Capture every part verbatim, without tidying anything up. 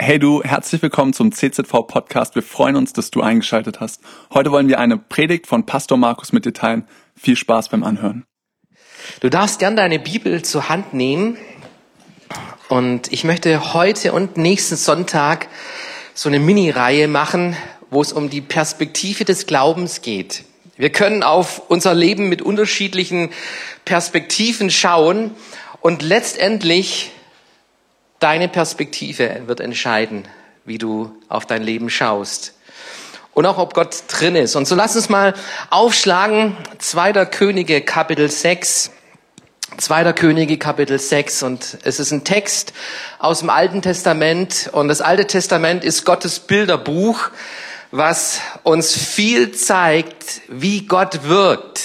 Hey du, herzlich willkommen zum C Z V-Podcast. Wir freuen uns, dass du eingeschaltet hast. Heute wollen wir eine Predigt von Pastor Markus mit dir teilen. Viel Spaß beim Anhören. Du darfst gern deine Bibel zur Hand nehmen und ich möchte heute und nächsten Sonntag so eine Mini-Reihe machen, wo es um die Perspektive des Glaubens geht. Wir können auf unser Leben mit unterschiedlichen Perspektiven schauen und letztendlich deine Perspektive wird entscheiden, wie du auf dein Leben schaust. Und auch, ob Gott drin ist. Und so lass uns mal aufschlagen, zweiter Könige, Kapitel sechs. zweiter Könige, Kapitel sechs. Und es ist ein Text aus dem Alten Testament. Und das Alte Testament ist Gottes Bilderbuch, was uns viel zeigt, wie Gott wirkt.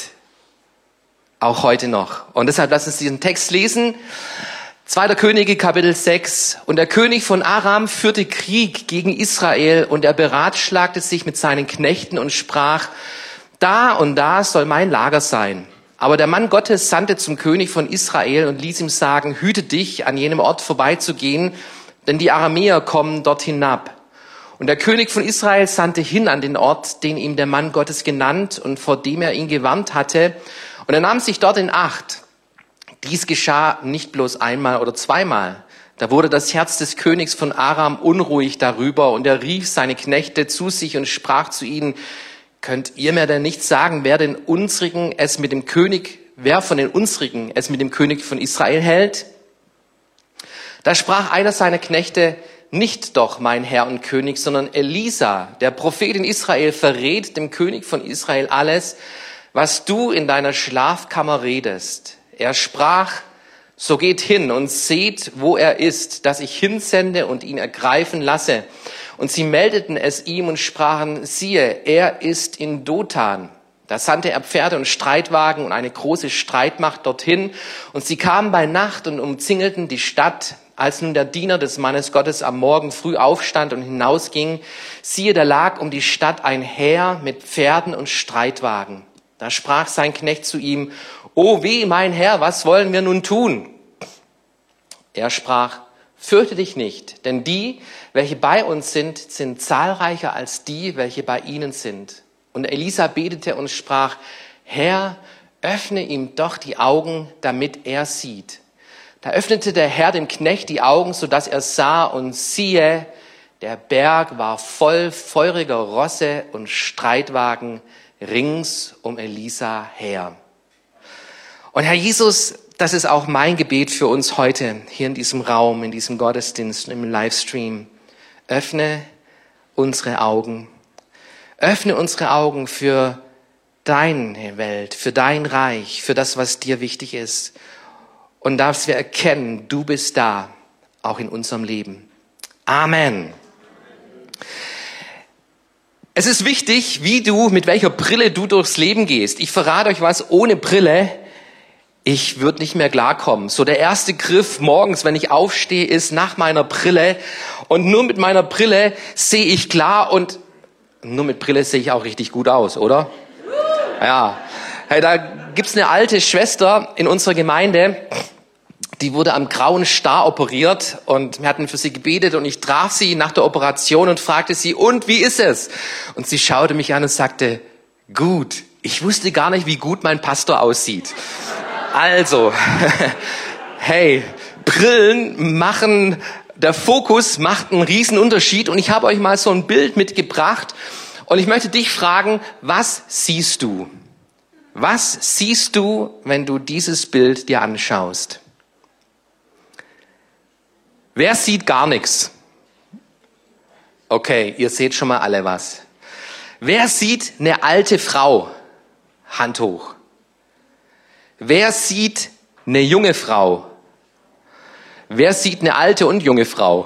Auch heute noch. Und deshalb lass uns diesen Text lesen. zweiter Könige, Kapitel sechs. Und der König von Aram führte Krieg gegen Israel und er beratschlagte sich mit seinen Knechten und sprach, da und da soll mein Lager sein. Aber der Mann Gottes sandte zum König von Israel und ließ ihm sagen, hüte dich, an jenem Ort vorbeizugehen, denn die Aramäer kommen dort hinab. Und der König von Israel sandte hin an den Ort, den ihm der Mann Gottes genannt und vor dem er ihn gewarnt hatte. Und er nahm sich dort in Acht. Dies geschah nicht bloß einmal oder zweimal. Da wurde das Herz des Königs von Aram unruhig darüber und er rief seine Knechte zu sich und sprach zu ihnen, könnt ihr mir denn nicht sagen, wer den unsrigen es mit dem König, wer von den unsrigen es mit dem König von Israel hält? Da sprach einer seiner Knechte, nicht doch mein Herr und König, sondern Elisa, der Prophet in Israel, verrät dem König von Israel alles, was du in deiner Schlafkammer redest. Er sprach, so geht hin und seht, wo er ist, dass ich hinsende und ihn ergreifen lasse. Und sie meldeten es ihm und sprachen, siehe, er ist in Dothan. Da sandte er Pferde und Streitwagen und eine große Streitmacht dorthin. Und sie kamen bei Nacht und umzingelten die Stadt. Als nun der Diener des Mannes Gottes am Morgen früh aufstand und hinausging, siehe, da lag um die Stadt ein Heer mit Pferden und Streitwagen. Da sprach sein Knecht zu ihm, O weh, mein Herr, was wollen wir nun tun? Er sprach, fürchte dich nicht, denn die, welche bei uns sind, sind zahlreicher als die, welche bei ihnen sind. Und Elisa betete und sprach, Herr, öffne ihm doch die Augen, damit er sieht. Da öffnete der Herr dem Knecht die Augen, sodass er sah und siehe, der Berg war voll feuriger Rosse und Streitwagen rings um Elisa her. Und Herr Jesus, das ist auch mein Gebet für uns heute hier in diesem Raum, in diesem Gottesdienst, im Livestream. Öffne unsere Augen. Öffne unsere Augen für deine Welt, für dein Reich, für das, was dir wichtig ist. Und dass wir erkennen, du bist da, auch in unserem Leben. Amen. Es ist wichtig, wie du, mit welcher Brille du durchs Leben gehst. Ich verrate euch was, ohne Brille, ich würde nicht mehr klarkommen. So der erste Griff morgens, wenn ich aufstehe, ist nach meiner Brille. Und nur mit meiner Brille sehe ich klar und nur mit Brille sehe ich auch richtig gut aus, oder? Ja. Hey, da gibt's eine alte Schwester in unserer Gemeinde, die wurde am grauen Star operiert und wir hatten für sie gebetet und ich traf sie nach der Operation und fragte sie, und wie ist es? Und sie schaute mich an und sagte, gut. Ich wusste gar nicht, wie gut mein Pastor aussieht. Also, hey, Brillen machen, der Fokus macht einen riesen Unterschied und ich habe euch mal so ein Bild mitgebracht und ich möchte dich fragen, was siehst du? Was siehst du, wenn du dieses Bild dir anschaust? Wer sieht gar nichts? Okay, ihr seht schon mal alle was. Wer sieht eine alte Frau? Hand hoch. Wer sieht eine junge Frau? Wer sieht eine alte und junge Frau?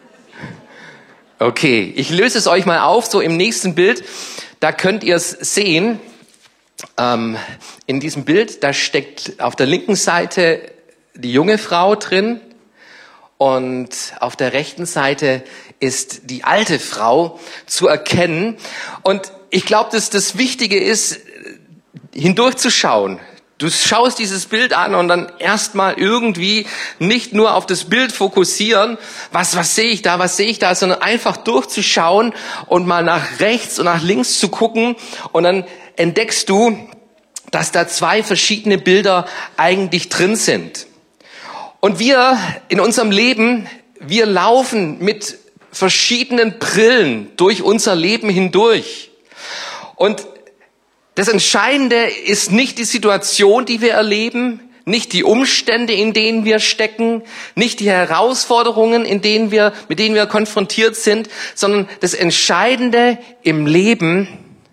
Okay, ich löse es euch mal auf, so im nächsten Bild. Da könnt ihr es sehen. Ähm, in diesem Bild, da steckt auf der linken Seite die junge Frau drin und auf der rechten Seite ist die alte Frau zu erkennen. Und ich glaube, dass das Wichtige ist, hindurchzuschauen Du schaust dieses Bild an und dann erstmal irgendwie nicht nur auf das Bild fokussieren, was, was sehe ich da, was sehe ich da, sondern einfach durchzuschauen und mal nach rechts und nach links zu gucken und dann entdeckst du, dass da zwei verschiedene Bilder eigentlich drin sind. Und wir in unserem Leben, wir laufen mit verschiedenen Brillen durch unser Leben hindurch. Und das Entscheidende ist nicht die Situation, die wir erleben, nicht die Umstände, in denen wir stecken, nicht die Herausforderungen, in denen wir, mit denen wir konfrontiert sind, sondern das Entscheidende im Leben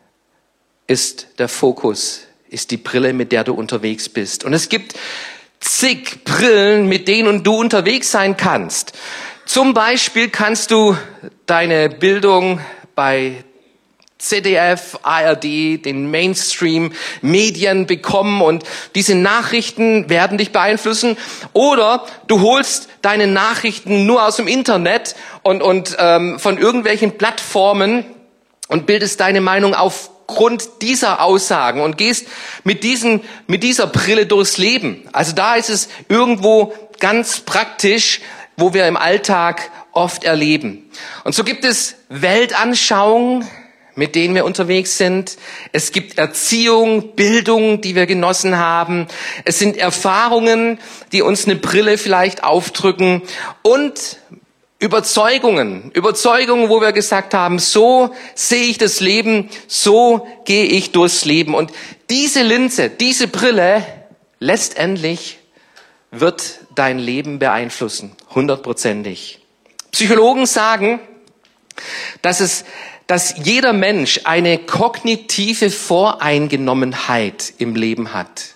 ist der Fokus, ist die Brille, mit der du unterwegs bist. Und es gibt zig Brillen, mit denen du unterwegs sein kannst. Zum Beispiel kannst du deine Bildung bei Z D F, A R D, den Mainstream-Medien bekommen und diese Nachrichten werden dich beeinflussen. Oder du holst deine Nachrichten nur aus dem Internet und, und ähm, von irgendwelchen Plattformen und bildest deine Meinung aufgrund dieser Aussagen und gehst mit diesen, mit dieser Brille durchs Leben. Also da ist es irgendwo ganz praktisch, wo wir im Alltag oft erleben. Und so gibt es Weltanschauungen, mit denen wir unterwegs sind. Es gibt Erziehung, Bildung, die wir genossen haben. Es sind Erfahrungen, die uns eine Brille vielleicht aufdrücken. Und Überzeugungen, Überzeugungen, wo wir gesagt haben, so sehe ich das Leben, so gehe ich durchs Leben. Und diese Linse, diese Brille, letztendlich wird dein Leben beeinflussen, hundertprozentig. Psychologen sagen, dass es dass jeder Mensch eine kognitive Voreingenommenheit im Leben hat.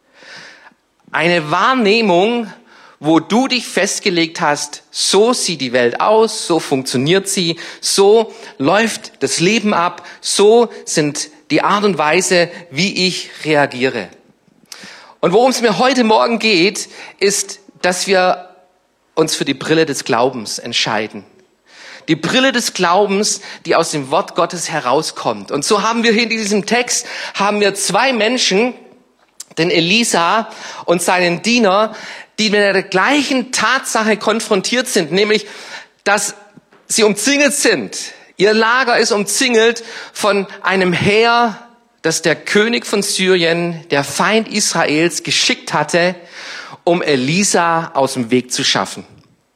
Eine Wahrnehmung, wo du dich festgelegt hast, so sieht die Welt aus, so funktioniert sie, so läuft das Leben ab, so sind die Art und Weise, wie ich reagiere. Und worum es mir heute Morgen geht, ist, dass wir uns für die Brille des Glaubens entscheiden. Die Brille des Glaubens, die aus dem Wort Gottes herauskommt. Und so haben wir hier in diesem Text, haben wir zwei Menschen, den Elisa und seinen Diener, die mit der gleichen Tatsache konfrontiert sind, nämlich, dass sie umzingelt sind. Ihr Lager ist umzingelt von einem Heer, das der König von Syrien, der Feind Israels, geschickt hatte, um Elisa aus dem Weg zu schaffen.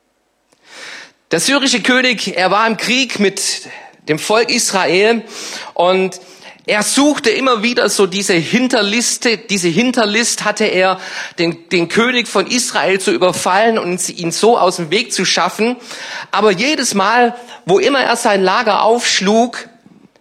Der syrische König, er war im Krieg mit dem Volk Israel und er suchte immer wieder so diese Hinterliste, diese Hinterlist hatte er, den, den König von Israel zu überfallen und ihn so aus dem Weg zu schaffen. Aber jedes Mal, wo immer er sein Lager aufschlug,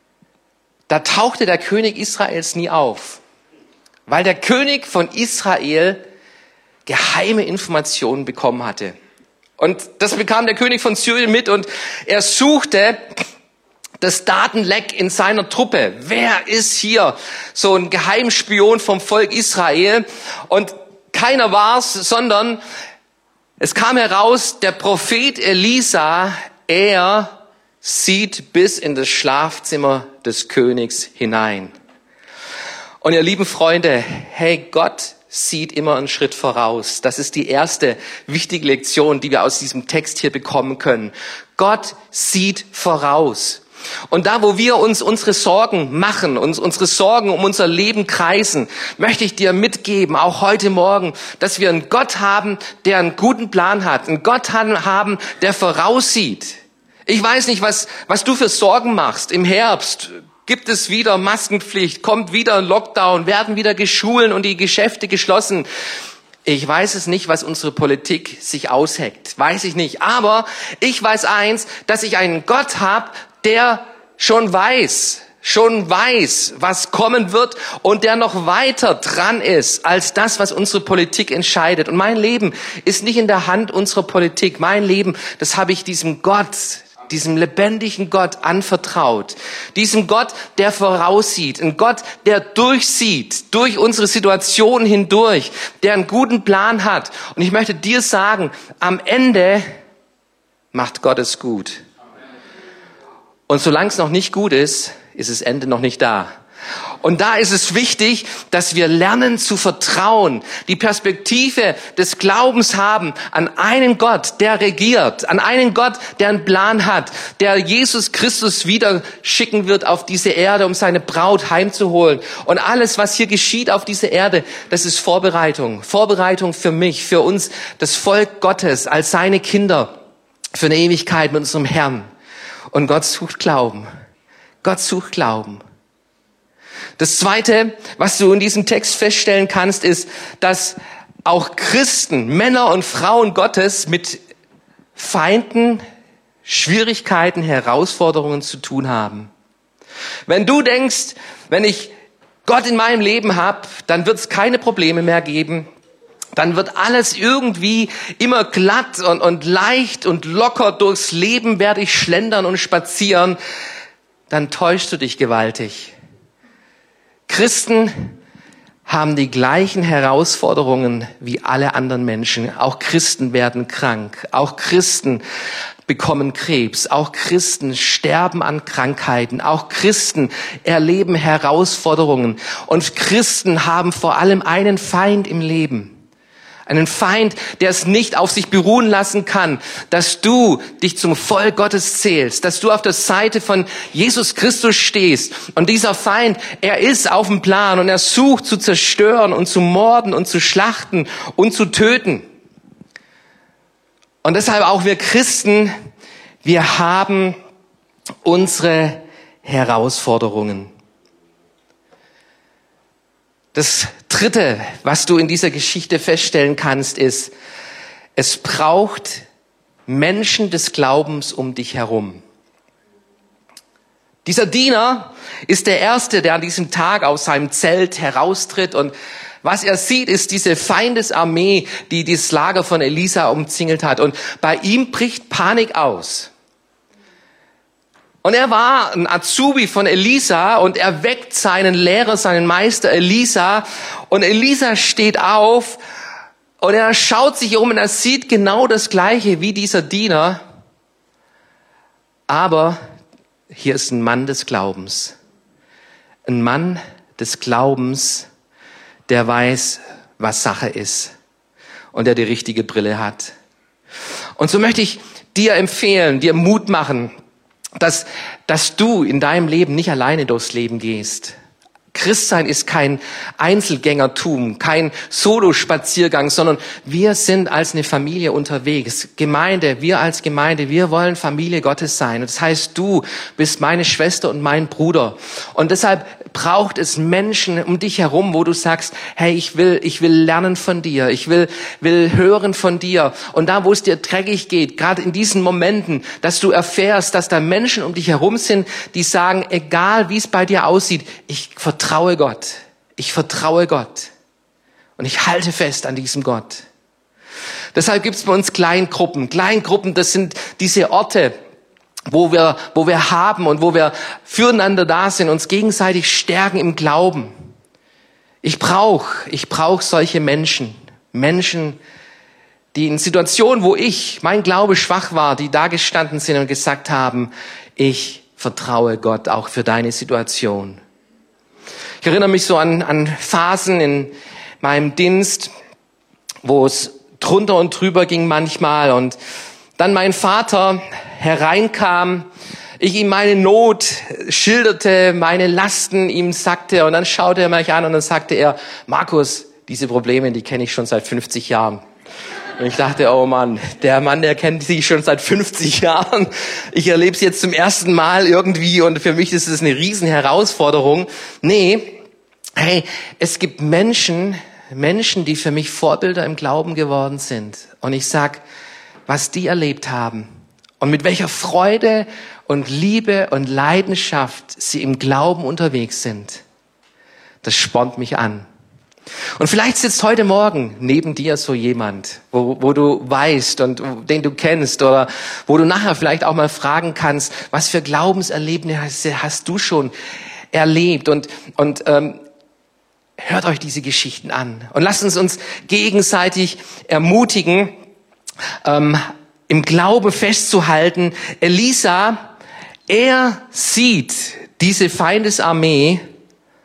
da tauchte der König Israels nie auf. Weil der König von Israel geheime Informationen bekommen hatte. Und das bekam der König von Syrien mit und er suchte das Datenleck in seiner Truppe. Wer ist hier so ein Geheimspion vom Volk Israel? Und keiner war's, sondern es kam heraus, der Prophet Elisa, er sieht bis in das Schlafzimmer des Königs hinein. Und ihr lieben Freunde, hey, Gott sieht immer einen Schritt voraus. Das ist die erste wichtige Lektion, die wir aus diesem Text hier bekommen können. Gott sieht voraus. Und da, wo wir uns unsere Sorgen machen, uns unsere Sorgen um unser Leben kreisen, möchte ich dir mitgeben, auch heute Morgen, dass wir einen Gott haben, der einen guten Plan hat, einen Gott haben, der voraussieht. Ich weiß nicht, was, was du für Sorgen machst im Herbst. Gibt es wieder Maskenpflicht? Kommt wieder ein Lockdown? Werden wieder die Schulen und die Geschäfte geschlossen? Ich weiß es nicht, was unsere Politik sich ausheckt. Weiß ich nicht. Aber ich weiß eins, dass ich einen Gott habe, der schon weiß, schon weiß, was kommen wird und der noch weiter dran ist als das, was unsere Politik entscheidet. Und mein Leben ist nicht in der Hand unserer Politik. Mein Leben, das habe ich diesem Gott, diesem lebendigen Gott anvertraut. Diesem Gott, der voraussieht. Ein Gott, der durchsieht, durch unsere Situation hindurch, der einen guten Plan hat. Und ich möchte dir sagen, am Ende macht Gott es gut. Und solange es noch nicht gut ist, ist das Ende noch nicht da. Und da ist es wichtig, dass wir lernen zu vertrauen, die Perspektive des Glaubens haben an einen Gott, der regiert, an einen Gott, der einen Plan hat, der Jesus Christus wieder schicken wird auf diese Erde, um seine Braut heimzuholen. Und alles, was hier geschieht auf dieser Erde, das ist Vorbereitung. Vorbereitung für mich, für uns, das Volk Gottes, als seine Kinder, für eine Ewigkeit mit unserem Herrn. Und Gott sucht Glauben. Gott sucht Glauben. Das Zweite, was du in diesem Text feststellen kannst, ist, dass auch Christen, Männer und Frauen Gottes mit Feinden, Schwierigkeiten, Herausforderungen zu tun haben. Wenn du denkst, wenn ich Gott in meinem Leben habe, dann wird es keine Probleme mehr geben. Dann wird alles irgendwie immer glatt und, und leicht und locker durchs Leben werde ich schlendern und spazieren. Dann täuschst du dich gewaltig. Christen haben die gleichen Herausforderungen wie alle anderen Menschen. Auch Christen werden krank. Auch Christen bekommen Krebs. Auch Christen sterben an Krankheiten. Auch Christen erleben Herausforderungen. Und Christen haben vor allem einen Feind im Leben. Einen Feind, der es nicht auf sich beruhen lassen kann, dass du dich zum Volk Gottes zählst, dass du auf der Seite von Jesus Christus stehst. Und dieser Feind, er ist auf dem Plan und er sucht zu zerstören und zu morden und zu schlachten und zu töten. Und deshalb auch wir Christen, wir haben unsere Herausforderungen. Das Dritte, was du in dieser Geschichte feststellen kannst, ist, es braucht Menschen des Glaubens um dich herum. Dieser Diener ist der Erste, der an diesem Tag aus seinem Zelt heraustritt und was er sieht, ist diese Feindesarmee, die das Lager von Elisa umzingelt hat. Und bei ihm bricht Panik aus. Und er war ein Azubi von Elisa und er weckt seinen Lehrer, seinen Meister Elisa. Und Elisa steht auf und er schaut sich um und er sieht genau das Gleiche wie dieser Diener. Aber hier ist ein Mann des Glaubens. Ein Mann des Glaubens, der weiß, was Sache ist und der die richtige Brille hat. Und so möchte ich dir empfehlen, dir Mut machen, dass, dass du in deinem Leben nicht alleine durchs Leben gehst. Christsein ist kein Einzelgängertum, kein Solo-Spaziergang, sondern wir sind als eine Familie unterwegs. Gemeinde, wir als Gemeinde, wir wollen Familie Gottes sein. Das heißt, du bist meine Schwester und mein Bruder. Und deshalb braucht es Menschen um dich herum, wo du sagst, hey, ich will, ich will lernen von dir, ich will, will hören von dir. Und da, wo es dir dreckig geht, gerade in diesen Momenten, dass du erfährst, dass da Menschen um dich herum sind, die sagen, egal wie es bei dir aussieht, ich vertraue vertraue Gott. Ich vertraue Gott. Und ich halte fest an diesem Gott. Deshalb gibt es bei uns Kleingruppen. Kleingruppen, das sind diese Orte, wo wir, wo wir haben und wo wir füreinander da sind, uns gegenseitig stärken im Glauben. Ich brauche, ich brauche solche Menschen. Menschen, die in Situationen, wo ich, mein Glaube schwach war, die da gestanden sind und gesagt haben, ich vertraue Gott auch für deine Situation. Ich erinnere mich so an, an Phasen in meinem Dienst, wo es drunter und drüber ging manchmal und dann mein Vater hereinkam, ich ihm meine Not schilderte, meine Lasten ihm sagte und dann schaute er mich an und dann sagte er, Markus, diese Probleme, die kenne ich schon seit fünfzig Jahren. Und ich dachte, oh Mann, der Mann, der kennt sie schon seit fünfzig Jahren. Ich erlebe es jetzt zum ersten Mal irgendwie und für mich ist es eine riesen Herausforderung. Nee, hey, es gibt Menschen, Menschen, die für mich Vorbilder im Glauben geworden sind. Und ich sag, was die erlebt haben und mit welcher Freude und Liebe und Leidenschaft sie im Glauben unterwegs sind, das spornt mich an. Und vielleicht sitzt heute Morgen neben dir so jemand, wo, wo du weißt und den du kennst oder wo du nachher vielleicht auch mal fragen kannst, was für Glaubenserlebnisse hast du schon erlebt und, und ähm, hört euch diese Geschichten an und lasst uns uns gegenseitig ermutigen, ähm, im Glauben festzuhalten. Elisa, er sieht diese Feindesarmee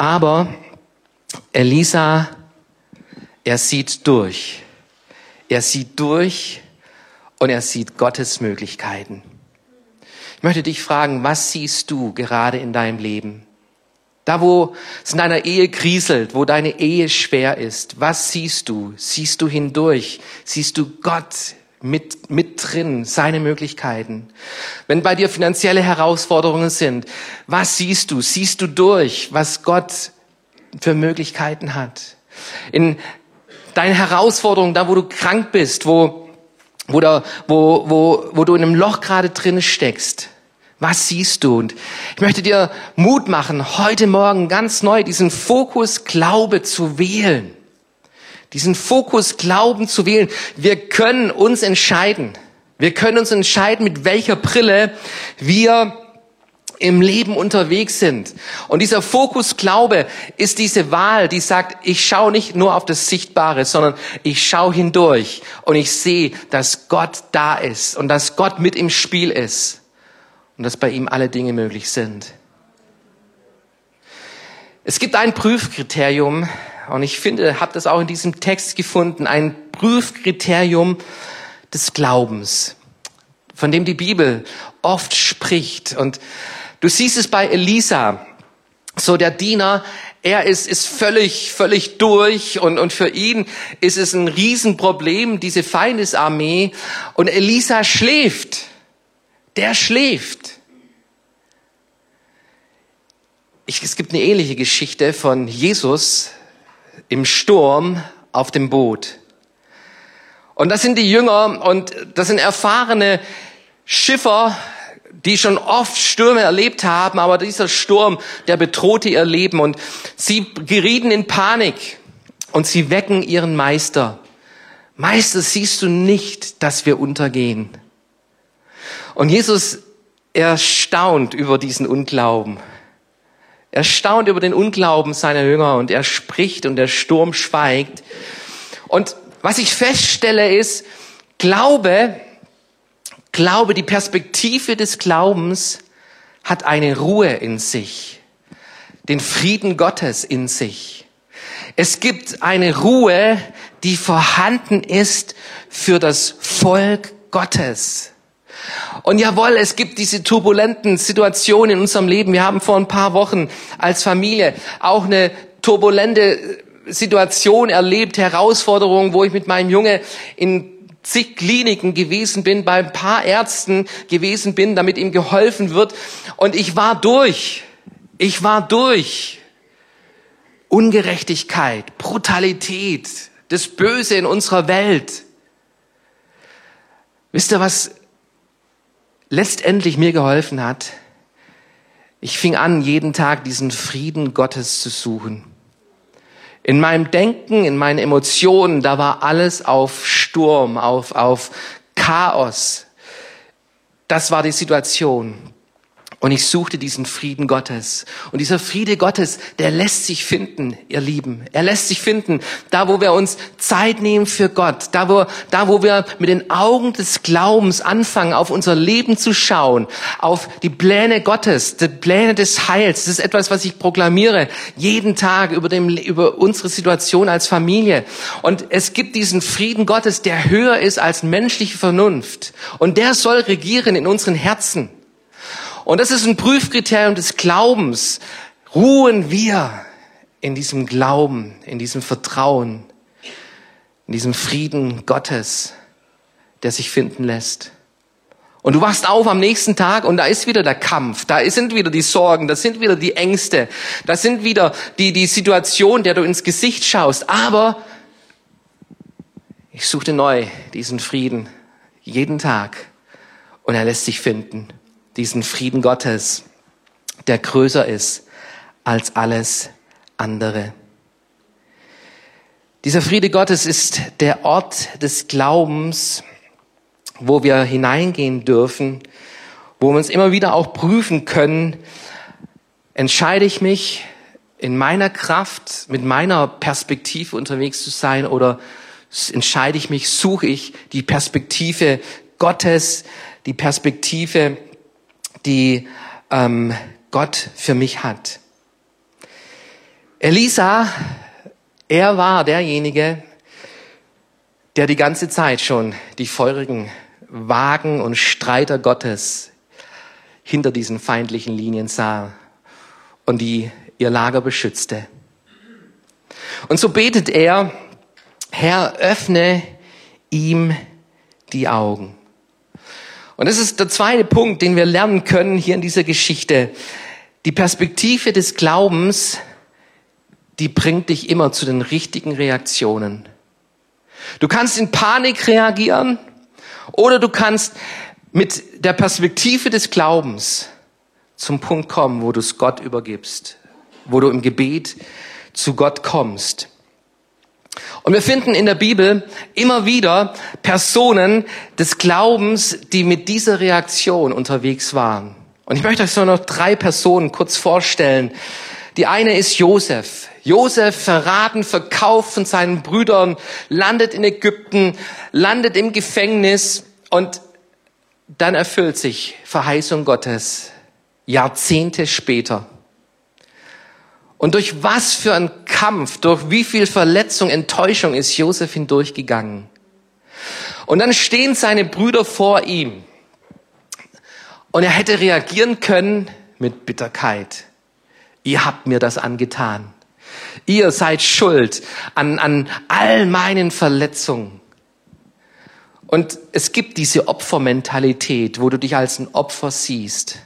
Aber Elisa, er sieht durch. Er sieht durch und er sieht Gottes Möglichkeiten. Ich möchte dich fragen, was siehst du gerade in deinem Leben? Da, wo es in deiner Ehe kriselt, wo deine Ehe schwer ist, was siehst du? Siehst du hindurch? Siehst du Gott mit, mit drin, seine Möglichkeiten? Wenn bei dir finanzielle Herausforderungen sind, was siehst du? Siehst du durch, was Gott für Möglichkeiten hat? In deinen Herausforderungen, da wo du krank bist, wo, wo, da, wo, wo, wo du in einem Loch gerade drin steckst, was siehst du? Und ich möchte dir Mut machen, heute Morgen ganz neu diesen Fokus Glaube zu wählen. Diesen Fokus Glauben zu wählen. Wir können uns entscheiden. Wir können uns entscheiden, mit welcher Brille wir im Leben unterwegs sind. Und dieser Fokus Glaube ist diese Wahl, die sagt, ich schaue nicht nur auf das Sichtbare, sondern ich schaue hindurch und ich sehe, dass Gott da ist und dass Gott mit im Spiel ist. Und dass bei ihm alle Dinge möglich sind. Es gibt ein Prüfkriterium, und ich finde, habe das auch in diesem Text gefunden, ein Prüfkriterium des Glaubens, von dem die Bibel oft spricht. Und du siehst es bei Elisa, so der Diener, er ist, ist völlig, völlig durch und, und für ihn ist es ein Riesenproblem, diese Feindesarmee. Und Elisa schläft. Der schläft. Ich, es gibt eine ähnliche Geschichte von Jesus im Sturm auf dem Boot. Und das sind die Jünger und das sind erfahrene Schiffer, die schon oft Stürme erlebt haben, aber dieser Sturm, der bedrohte ihr Leben und sie gerieten in Panik und sie wecken ihren Meister. Meister, siehst du nicht, dass wir untergehen? Und Jesus, er staunt über diesen Unglauben. Er staunt über den Unglauben seiner Jünger und er spricht und der Sturm schweigt. Und was ich feststelle ist, Glaube, Glaube, die Perspektive des Glaubens hat eine Ruhe in sich, den Frieden Gottes in sich. Es gibt eine Ruhe, die vorhanden ist für das Volk Gottes. Und jawohl, es gibt diese turbulenten Situationen in unserem Leben. Wir haben vor ein paar Wochen als Familie auch eine turbulente Situation erlebt, Herausforderungen, wo ich mit meinem Junge in zig Kliniken gewesen bin, bei ein paar Ärzten gewesen bin, damit ihm geholfen wird. Und ich war durch. Ich war durch. Ungerechtigkeit, Brutalität, das Böse in unserer Welt. Wisst ihr, was letztendlich mir geholfen hat? Ich fing an, jeden Tag diesen Frieden Gottes zu suchen. In meinem Denken, in meinen Emotionen, da war alles auf Sturm, auf, auf Chaos. Das war die Situation. Und ich suchte diesen Frieden Gottes. Und dieser Friede Gottes, der lässt sich finden, ihr Lieben. Er lässt sich finden, da wo wir uns Zeit nehmen für Gott. Da wo, da wo wir mit den Augen des Glaubens anfangen, auf unser Leben zu schauen. Auf die Pläne Gottes, die Pläne des Heils. Das ist etwas, was ich proklamiere. Jeden Tag über dem, über unsere Situation als Familie. Und es gibt diesen Frieden Gottes, der höher ist als menschliche Vernunft. Und der soll regieren in unseren Herzen. Und das ist ein Prüfkriterium des Glaubens. Ruhen wir in diesem Glauben, in diesem Vertrauen, in diesem Frieden Gottes, der sich finden lässt. Und du wachst auf am nächsten Tag und da ist wieder der Kampf, da sind wieder die Sorgen, da sind wieder die Ängste, da sind wieder die, die Situation, der du ins Gesicht schaust. Aber ich suchte neu diesen Frieden jeden Tag und er lässt sich finden. Diesen Frieden Gottes, der größer ist als alles andere. Dieser Friede Gottes ist der Ort des Glaubens, wo wir hineingehen dürfen, wo wir uns immer wieder auch prüfen können, entscheide ich mich in meiner Kraft, mit meiner Perspektive unterwegs zu sein oder entscheide ich mich, suche ich die Perspektive Gottes, die Perspektive die ähm, Gott für mich hat. Elisa, er war derjenige, der die ganze Zeit schon die feurigen Wagen und Streiter Gottes hinter diesen feindlichen Linien sah und die ihr Lager beschützte. Und so betet er, Herr, öffne ihm die Augen. Und das ist der zweite Punkt, den wir lernen können hier in dieser Geschichte. Die Perspektive des Glaubens, die bringt dich immer zu den richtigen Reaktionen. Du kannst in Panik reagieren oder du kannst mit der Perspektive des Glaubens zum Punkt kommen, wo du es Gott übergibst, wo du im Gebet zu Gott kommst. Und wir finden in der Bibel immer wieder Personen des Glaubens, die mit dieser Reaktion unterwegs waren. Und ich möchte euch so noch drei Personen kurz vorstellen. Die eine ist Josef. Josef, verraten, verkauft von seinen Brüdern, landet in Ägypten, landet im Gefängnis und dann erfüllt sich Verheißung Gottes Jahrzehnte später. Und durch was für ein Kampf, durch wie viel Verletzung, Enttäuschung ist Josef hindurchgegangen. Und dann stehen seine Brüder vor ihm. Und er hätte reagieren können mit Bitterkeit. Ihr habt mir das angetan. Ihr seid schuld an, an all meinen Verletzungen. Und es gibt diese Opfermentalität, wo du dich als ein Opfer siehst.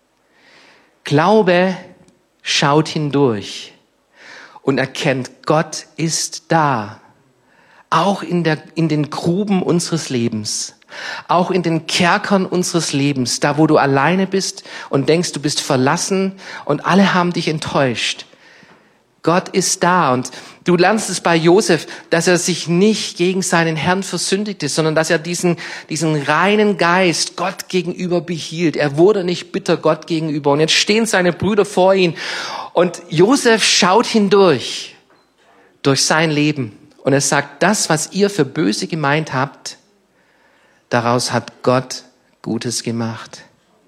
Glaube schaut hindurch und erkennt, Gott ist da. Auch in der, in den Gruben unseres Lebens. Auch in den Kerkern unseres Lebens. Da, wo du alleine bist und denkst, du bist verlassen und alle haben dich enttäuscht. Gott ist da und du lernst es bei Josef, dass er sich nicht gegen seinen Herrn versündigte, sondern dass er diesen, diesen reinen Geist Gott gegenüber behielt. Er wurde nicht bitter Gott gegenüber. Und jetzt stehen seine Brüder vor ihm und Josef schaut hindurch, durch sein Leben. Und er sagt, das, was ihr für böse gemeint habt, daraus hat Gott Gutes gemacht.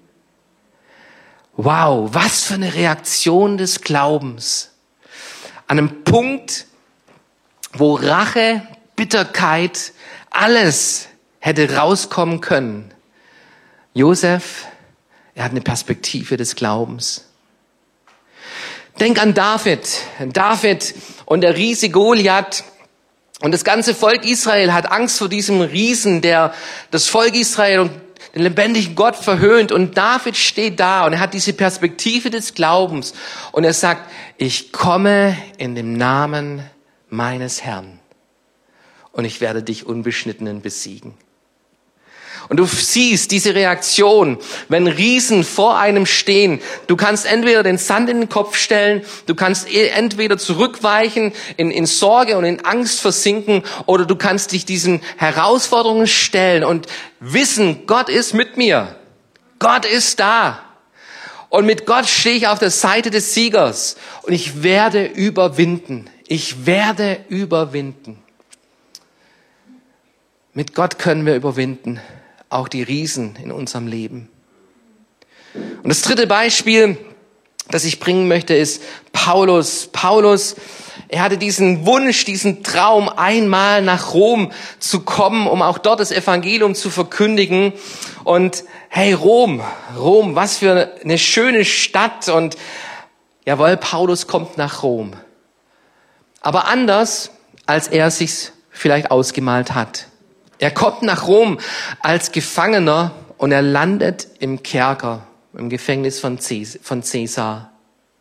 Wow, was für eine Reaktion des Glaubens. An einem Punkt, wo Rache, Bitterkeit, alles hätte rauskommen können. Josef, er hat eine Perspektive des Glaubens. Denk an David. David und der Riese Goliath. Und das ganze Volk Israel hat Angst vor diesem Riesen, der das Volk Israel und den lebendigen Gott verhöhnt. Und David steht da und er hat diese Perspektive des Glaubens. Und er sagt, ich komme in dem Namen meines Herrn und ich werde dich Unbeschnittenen besiegen. Und du siehst diese Reaktion, wenn Riesen vor einem stehen. Du kannst entweder den Sand in den Kopf stellen, du kannst entweder zurückweichen, in, in Sorge und in Angst versinken, oder du kannst dich diesen Herausforderungen stellen und wissen, Gott ist mit mir. Gott ist da. Und mit Gott stehe ich auf der Seite des Siegers und ich werde überwinden. Ich werde überwinden. Mit Gott können wir überwinden. Auch die Riesen in unserem Leben. Und das dritte Beispiel, das ich bringen möchte, ist Paulus. Paulus, er hatte diesen Wunsch, diesen Traum, einmal nach Rom zu kommen, um auch dort das Evangelium zu verkündigen. Und hey, Rom, Rom, was für eine schöne Stadt. Und jawohl, Paulus kommt nach Rom. Aber anders, als er sich's vielleicht ausgemalt hat. Er kommt nach Rom als Gefangener und er landet im Kerker, im Gefängnis von Caesar.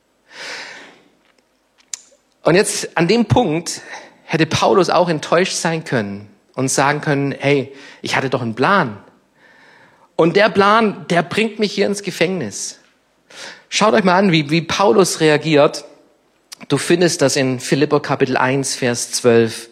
Und jetzt an dem Punkt hätte Paulus auch enttäuscht sein können und sagen können, hey, ich hatte doch einen Plan. Und der Plan, der bringt mich hier ins Gefängnis. Schaut euch mal an, wie, wie Paulus reagiert. Du findest das in Philipper Kapitel eins, Vers zwölf.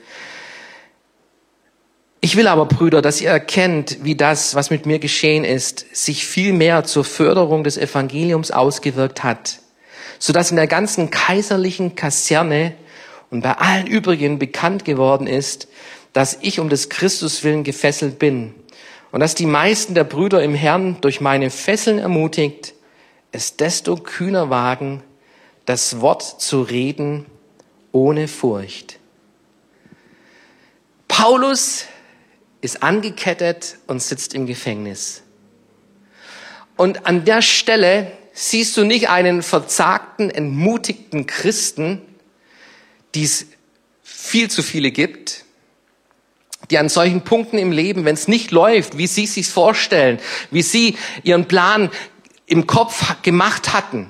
Ich will aber, Brüder, dass ihr erkennt, wie das, was mit mir geschehen ist, sich viel mehr zur Förderung des Evangeliums ausgewirkt hat, sodass in der ganzen kaiserlichen Kaserne und bei allen übrigen bekannt geworden ist, dass ich um des Christus willen gefesselt bin und dass die meisten der Brüder im Herrn durch meine Fesseln ermutigt, es desto kühner wagen, das Wort zu reden, ohne Furcht. Paulus ist angekettet und sitzt im Gefängnis. Und an der Stelle siehst du nicht einen verzagten, entmutigten Christen, die es viel zu viele gibt, die an solchen Punkten im Leben, wenn es nicht läuft, wie sie es sich vorstellen, wie sie ihren Plan im Kopf gemacht hatten,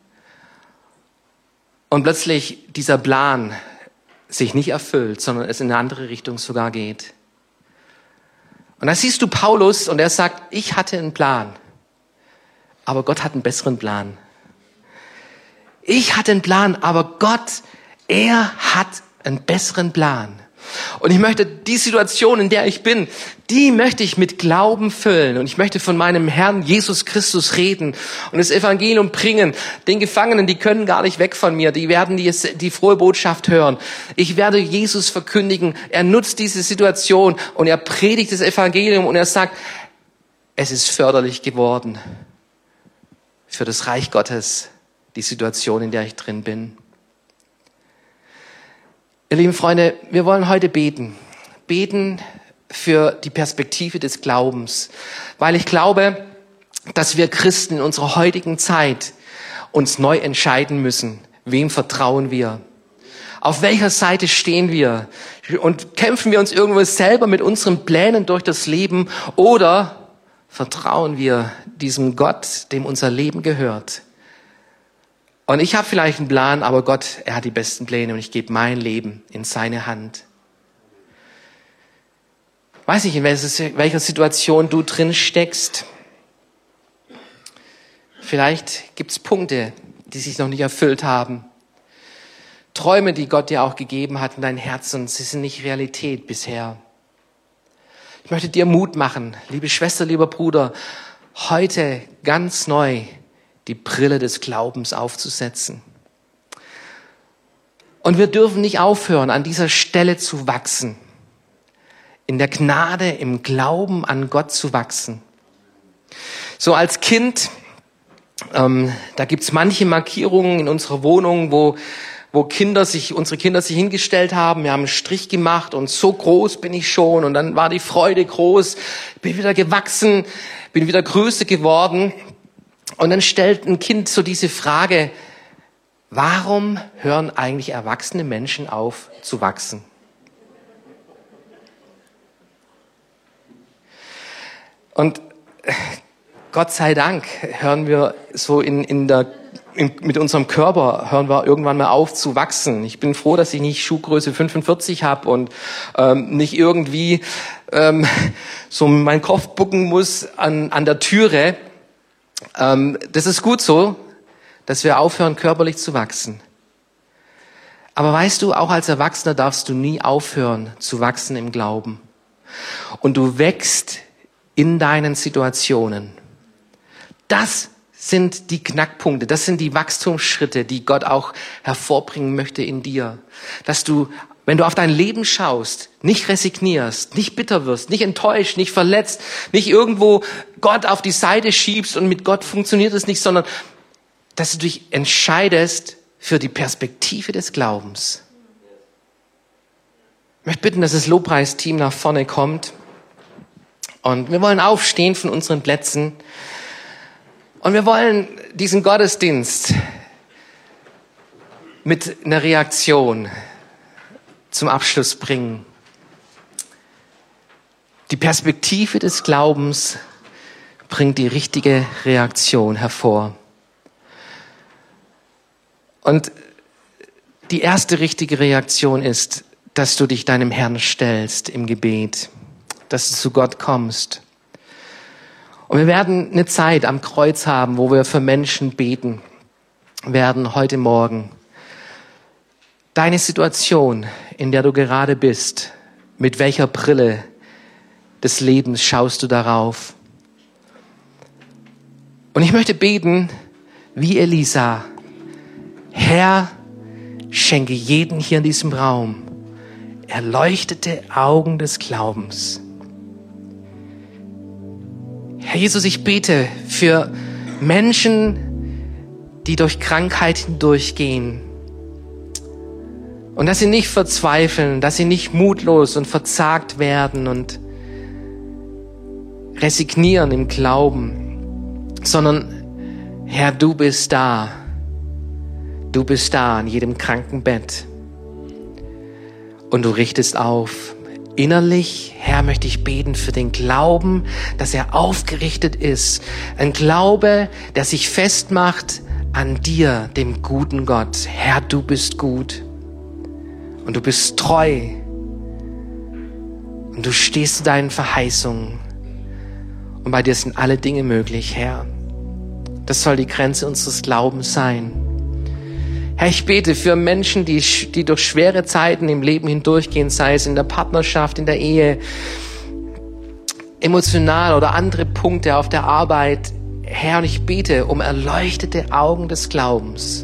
und plötzlich dieser Plan sich nicht erfüllt, sondern es in eine andere Richtung sogar geht. Und da siehst du Paulus und er sagt, ich hatte einen Plan, aber Gott hat einen besseren Plan. Ich hatte einen Plan, aber Gott, er hat einen besseren Plan. Und ich möchte die Situation, in der ich bin, die möchte ich mit Glauben füllen. Und ich möchte von meinem Herrn Jesus Christus reden und das Evangelium bringen. Den Gefangenen, die können gar nicht weg von mir. Die werden die, die frohe Botschaft hören. Ich werde Jesus verkündigen. Er nutzt diese Situation und er predigt das Evangelium und er sagt, es ist förderlich geworden für das Reich Gottes, die Situation, in der ich drin bin. Ihr lieben Freunde, wir wollen heute beten. Beten für die Perspektive des Glaubens. Weil ich glaube, dass wir Christen in unserer heutigen Zeit uns neu entscheiden müssen. Wem vertrauen wir? Auf welcher Seite stehen wir? Und kämpfen wir uns irgendwo selber mit unseren Plänen durch das Leben? Oder vertrauen wir diesem Gott, dem unser Leben gehört? Und ich habe vielleicht einen Plan, aber Gott, er hat die besten Pläne und ich gebe mein Leben in seine Hand. Weiß nicht, in welcher Situation du drin steckst. Vielleicht gibt es Punkte, die sich noch nicht erfüllt haben. Träume, die Gott dir auch gegeben hat in dein Herz und sie sind nicht Realität bisher. Ich möchte dir Mut machen, liebe Schwester, lieber Bruder, heute ganz neu die Brille des Glaubens aufzusetzen. Und wir dürfen nicht aufhören, an dieser Stelle zu wachsen. In der Gnade, im Glauben an Gott zu wachsen. So als Kind, ähm, da gibt's manche Markierungen in unserer Wohnung, wo, wo Kinder sich, unsere Kinder sich hingestellt haben. Wir haben einen Strich gemacht und so groß bin ich schon. Und dann war die Freude groß. Bin wieder gewachsen, bin wieder größer geworden. Und dann stellt ein Kind so diese Frage, warum hören eigentlich erwachsene Menschen auf zu wachsen? Und Gott sei Dank hören wir so in, in der, in, mit unserem Körper, hören wir irgendwann mal auf zu wachsen. Ich bin froh, dass ich nicht Schuhgröße fünfundvierzig habe und ähm, nicht irgendwie ähm, so meinen Kopf bucken muss an, an der Türe. Ähm, das ist gut so, dass wir aufhören, körperlich zu wachsen. Aber weißt du, auch als Erwachsener darfst du nie aufhören zu wachsen im Glauben. Und du wächst in deinen Situationen. Das sind die Knackpunkte, das sind die Wachstumsschritte, die Gott auch hervorbringen möchte in dir. Dass du, wenn du auf dein Leben schaust, nicht resignierst, nicht bitter wirst, nicht enttäuscht, nicht verletzt, nicht irgendwo Gott auf die Seite schiebst und mit Gott funktioniert es nicht, sondern dass du dich entscheidest für die Perspektive des Glaubens. Ich möchte bitten, dass das Lobpreisteam nach vorne kommt und wir wollen aufstehen von unseren Plätzen und wir wollen diesen Gottesdienst mit einer Reaktion zum Abschluss bringen. Die Perspektive des Glaubens bringt die richtige Reaktion hervor. Und die erste richtige Reaktion ist, dass du dich deinem Herrn stellst im Gebet, dass du zu Gott kommst. Und wir werden eine Zeit am Kreuz haben, wo wir für Menschen beten werden heute Morgen. Deine Situation, in der du gerade bist, mit welcher Brille des Lebens schaust du darauf? Und ich möchte beten, wie Elisa, Herr, schenke jeden hier in diesem Raum erleuchtete Augen des Glaubens. Herr Jesus, ich bete für Menschen, die durch Krankheit hindurchgehen. Und dass sie nicht verzweifeln, dass sie nicht mutlos und verzagt werden und resignieren im Glauben, sondern Herr, du bist da. Du bist da an jedem Krankenbett. Und du richtest auf. Innerlich, Herr, möchte ich beten für den Glauben, dass er aufgerichtet ist. Ein Glaube, der sich festmacht an dir, dem guten Gott. Herr, du bist gut. Und du bist treu. Und du stehst zu deinen Verheißungen. Und bei dir sind alle Dinge möglich, Herr. Das soll die Grenze unseres Glaubens sein. Herr, ich bete für Menschen, die, die durch schwere Zeiten im Leben hindurchgehen, sei es in der Partnerschaft, in der Ehe, emotional oder andere Punkte auf der Arbeit. Herr, und ich bete um erleuchtete Augen des Glaubens,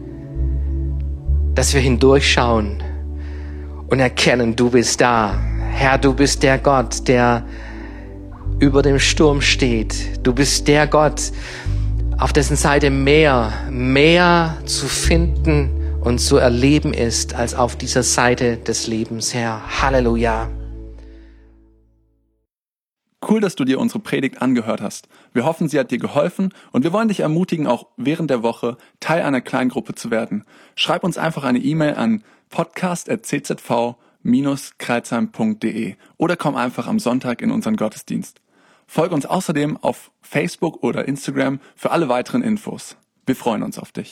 dass wir hindurchschauen und erkennen, du bist da. Herr, du bist der Gott, der über dem Sturm steht. Du bist der Gott, auf dessen Seite mehr, mehr zu finden und zu erleben ist, als auf dieser Seite des Lebens, Herr. Halleluja. Cool, dass du dir unsere Predigt angehört hast. Wir hoffen, sie hat dir geholfen und wir wollen dich ermutigen, auch während der Woche Teil einer Kleingruppe zu werden. Schreib uns einfach eine E-Mail an podcast at c z v dash kreuzheim punkt d e oder komm einfach am Sonntag in unseren Gottesdienst. Folge uns außerdem auf Facebook oder Instagram für alle weiteren Infos. Wir freuen uns auf dich.